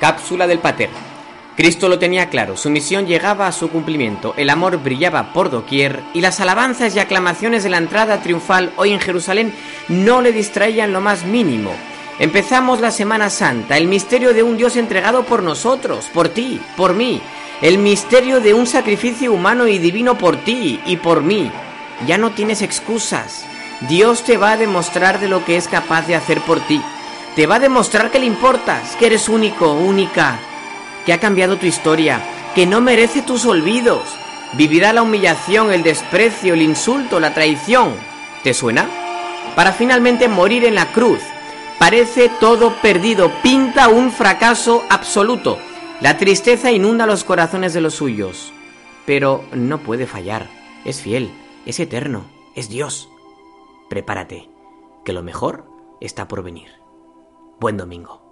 Cápsula del Pater. Cristo lo tenía claro, su misión llegaba a su cumplimiento, el amor brillaba por doquier y las alabanzas y aclamaciones de la entrada triunfal hoy en Jerusalén no le distraían lo más mínimo. Empezamos la Semana Santa, el misterio de un Dios entregado por nosotros, por ti, por mí, el misterio de un sacrificio humano y divino por ti y por mí. Ya no tienes excusas. Dios te va a demostrar de lo que es capaz de hacer por ti. Te va a demostrar que le importas, que eres único, única, que ha cambiado tu historia, que no merece tus olvidos. Vivirá la humillación, el desprecio, el insulto, la traición. ¿Te suena? Para finalmente morir en la cruz. Parece todo perdido, pinta un fracaso absoluto. La tristeza inunda los corazones de los suyos. Pero no puede fallar. Es fiel, es eterno, es Dios. Prepárate, que lo mejor está por venir. Buen domingo.